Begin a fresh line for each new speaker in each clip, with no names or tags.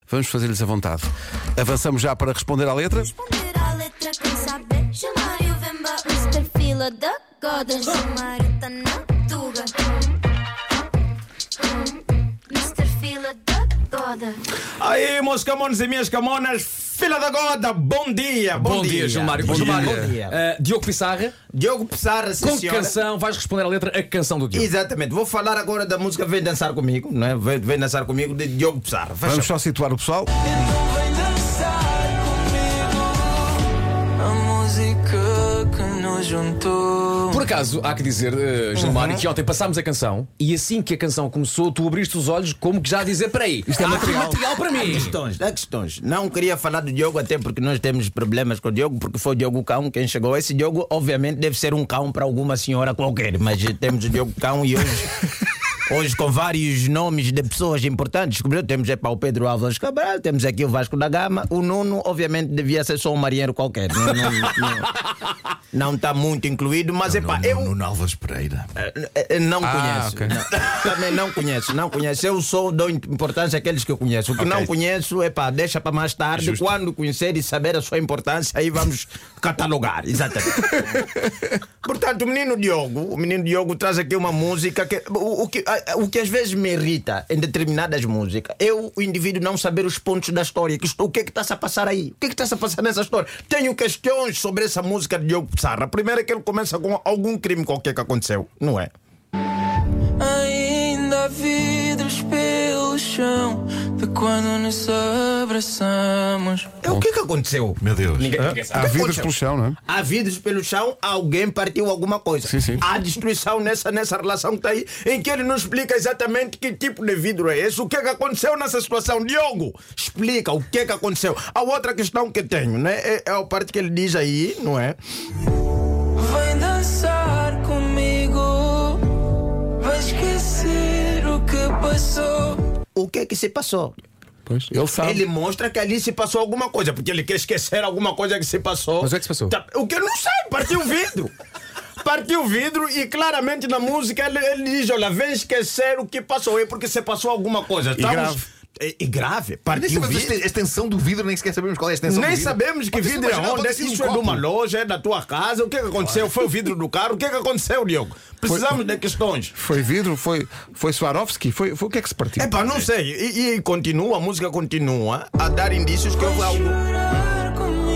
Vamos fazer-lhes a vontade. Avançamos já para responder à letra.
Responder à letra, quem sabe? Chamar e o Vemba, Mr. Fila da Goda. Chamar e tá na Tuga. Mr. Fila da Goda.
Aí, meus camones e minhas camonas, fila da Goda, bom dia.
Bom dia, Gilmário.
Bom
Gilmário,
dia.
Diogo Pissarra,
Diogo Pissarra, sim,
com que
senhora.
canção vais responder à letra a canção do Diogo?
Exatamente, vou falar agora da música Vem Dançar Comigo, não é? Vem Dançar Comigo, de Diogo Pissarra. Faz
Vamos
favor.
só situar o pessoal.
Vem dançar comigo, a música que nos juntou.
Por acaso, há que dizer, Gilmário, que ontem passámos a canção e assim que a canção começou, tu abriste os olhos como que já a dizer: peraí, isto é material para mim.
Há questões. Não queria falar do Diogo, até porque nós temos problemas com o Diogo, porque foi o Diogo Cão quem chegou. Esse Diogo, obviamente, deve ser um cão para alguma senhora qualquer, mas temos o Diogo Cão e hoje com vários nomes de pessoas importantes. Temos o Pedro Álvares Cabral, temos aqui o Vasco da Gama. O Nuno, obviamente, devia ser só um marinheiro qualquer. Não está muito incluído, mas eu
Nuno Álvares Pereira.
não conheço.
ok.
Também não conheço. Eu só dou importância àqueles que eu conheço. O que não conheço, deixa para mais tarde.
Justo.
Quando conhecer e saber a sua importância, aí vamos catalogar. Exatamente. Portanto, o menino Diogo traz aqui uma música que o que às vezes me irrita em determinadas músicas é o indivíduo não saber os pontos da história. O que é que está-se a passar aí? O que é que está-se a passar nessa história? Tenho questões sobre essa música de Diogo Pissarra. A primeira é que ele começa com algum crime qualquer que aconteceu, não é?
Ainda há vidros pelo chão de quando nos abraçamos.
O que aconteceu?
Meu Deus.
Ninguém
Há
sabe.
vidros pelo chão, não é?
Há vidros pelo chão, alguém partiu alguma coisa.
Sim.
Há destruição nessa relação que está aí, em que ele não explica exatamente que tipo de vidro é esse, o que é que aconteceu nessa situação. Diogo, explica o que é que aconteceu. A outra questão que tenho, né, é a parte que ele diz aí, não é?
Vem dançar comigo, vai esquecer o que passou.
O que é que se passou?
Pois, ele sabe.
Ele mostra que ali se passou alguma coisa, porque ele quer esquecer alguma coisa que se passou.
Mas o que é que se passou?
O que eu não sei, partiu o vidro. Partiu o vidro e claramente na música ele diz: olha, vem esquecer o que passou. É porque se passou alguma coisa.
grave.
E grave,
Nem
partiu o
sabemos
vidro.
a extensão do vidro, nem sequer sabemos qual é a extensão do
Nem
vidro.
sabemos que
Pode ser
vidro é
uma janela,
onde.
pode ser
Isso
um
é de uma
copo.
loja, é da tua casa. O que é que aconteceu? Foi o vidro do carro. O que é que aconteceu, Diogo? Precisamos de questões.
Foi vidro, foi Swarovski, foi o que é que se partiu?
Não sei. E continua, a música continua a dar indícios que houve algo.
Chorar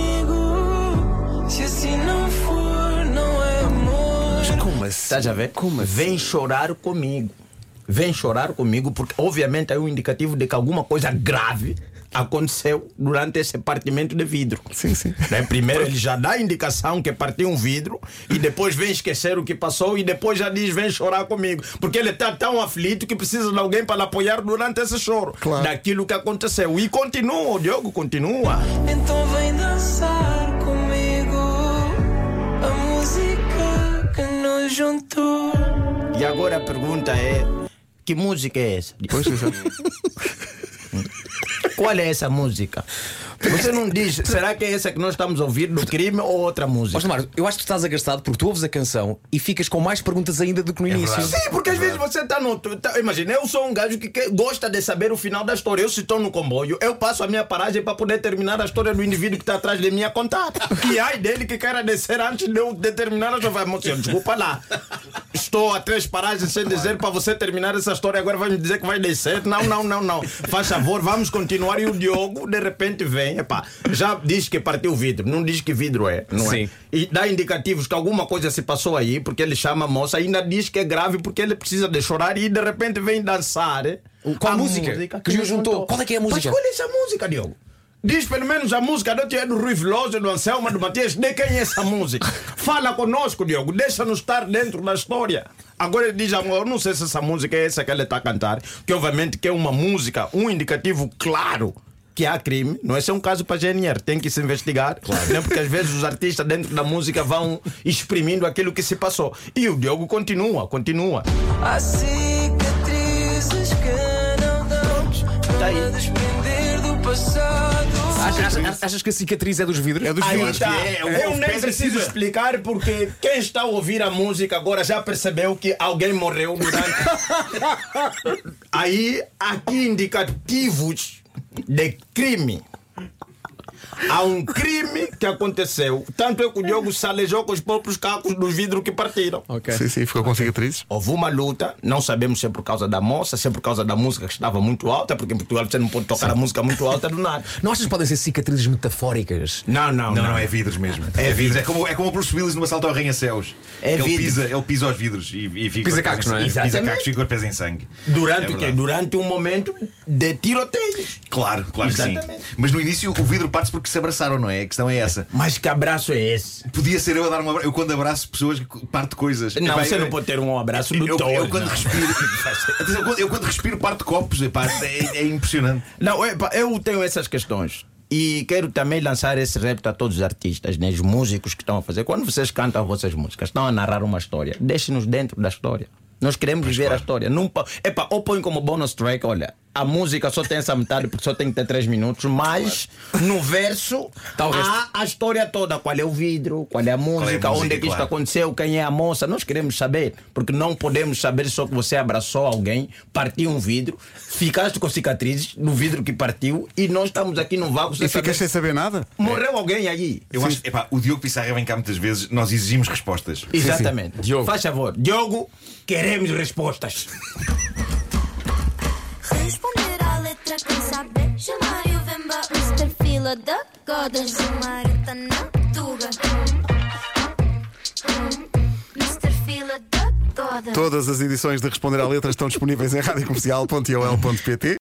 comigo, se assim não for, não é amor.
Como assim?
Estás a ver? Vem chorar comigo. Vem chorar comigo, porque obviamente é um indicativo de que alguma coisa grave aconteceu durante esse partimento de vidro.
Sim.
Né? Primeiro ele já dá a indicação que partiu um vidro e depois vem esquecer o que passou e depois já diz: vem chorar comigo, porque ele está tão aflito que precisa de alguém para lhe apoiar durante esse choro,
Claro.
daquilo que aconteceu. E continua, o Diogo continua.
Então vem dançar comigo, a música que nos juntou.
E agora a pergunta é: que música é essa?
Pois, exato.
Qual é essa música? Você não diz, será que é essa que nós estamos a ouvir do crime ou outra música?
Ó, Gilmário, eu acho que tu estás agastado porque tu ouves a canção e ficas com mais perguntas ainda do que no início.
Sim, porque às vezes você está no. Imagina, eu sou um gajo que gosta de saber o final da história. Eu, se estou no comboio, eu passo a minha paragem para poder terminar a história do indivíduo que está atrás de mim a contar. E ai dele que queira descer antes de eu determinar a história. Mocinho, desculpa lá. Estou a 3 paragens sem dizer para você terminar essa história. Agora vai me dizer que vai descer. Não. Faz favor, vamos continuar. E o Diogo, de repente, vem. Já diz que partiu o vidro. Não diz que vidro é, não
Sim.
é? E dá indicativos que alguma coisa se passou aí, porque ele chama a moça, ainda diz que é grave porque ele precisa de chorar e de repente vem dançar.
Qual a música que nos juntou? Qual é que é a música?
Mas qual é essa música, Diogo? Diz pelo menos a música do Rui Veloso, do Anselmo, do Matias. De quem é essa música? Fala conosco, Diogo. Deixa-nos estar dentro da história. Agora ele diz: eu não sei se essa música é essa que ele está a cantar, que obviamente que é uma música, um indicativo claro que há crime. Não é só um caso para GNR, tem que se investigar, né? Porque às vezes os artistas dentro da música vão exprimindo aquilo que se passou. E o Diogo continua.
Há cicatrizes que não dão para desprender do passado.
Achas que a cicatriz é dos vidros?
É dos
Aí
vidros.
está. Eu nem
Pedro
preciso
Silva.
explicar, porque quem está a ouvir a música agora já percebeu que alguém morreu durante. Aí, aqui indicativos de crime. Há um crime que aconteceu. Tanto é que o Diogo se aleijou com os próprios cacos dos vidros que partiram.
Ok.
Sim, sim, ficou com cicatrizes.
Houve uma luta, não sabemos se é por causa da moça, se é por causa da música que estava muito alta, porque em Portugal você não pode tocar a música muito alta do nada.
Não achas que podem ser cicatrizes metafóricas?
Não, é vidros mesmo.
É vidros.
É como o Bruce Willis no assalto ao arranha-céus.
É vidros.
Ele pisa aos vidros e fica.
Pisa cacos, não é?
Pisa
Exatamente.
cacos e fica com os pés em sangue.
Durante
É
o quê?
verdade.
Durante um momento de tiroteio.
Claro que sim.
Exatamente.
Mas no início o vidro parte porque se abraçaram, não é? A questão é essa.
Mas que abraço é esse?
Podia ser eu a dar um abraço. Eu quando abraço pessoas parto coisas.
Não,
Epá,
você
eu-
não pode ter um abraço do
eu
Thor,
quando
não.
respiro. Atenção, eu quando respiro parto copos. Epá, é impressionante.
Não, eu tenho essas questões. E quero também lançar esse repto a todos os artistas, né, os músicos que estão a fazer. Quando vocês cantam as vossas músicas, estão a narrar uma história, deixem-nos dentro da história. Nós queremos viver
claro.
a história. Não, ou põe como bonus track, olha, a música só tem essa metade porque só tem que ter 3 minutos, mas no verso
Tá o resto.
há a história toda. Qual é o vidro, qual é a música, onde é que isto
claro.
aconteceu, quem é a moça. Nós queremos saber, porque não podemos saber só que você abraçou alguém, partiu um vidro, ficaste com cicatrizes no vidro que partiu e nós estamos aqui no vácuo sem
E ficas sem
saber.
saber nada?
Morreu alguém aí.
Eu acho que o Diogo Pissarra vem cá muitas vezes. Nós exigimos respostas.
Exatamente.
Diogo.
Faz favor. Diogo, queremos respostas.
Responder à letra quem saber. Chamário Vemba, Mr. Fila da Goda. Chamário tá na Tuga. Mr. Fila da Goda.
Todas as edições de Responder à Letra estão disponíveis em radiocomercial.ol.pt.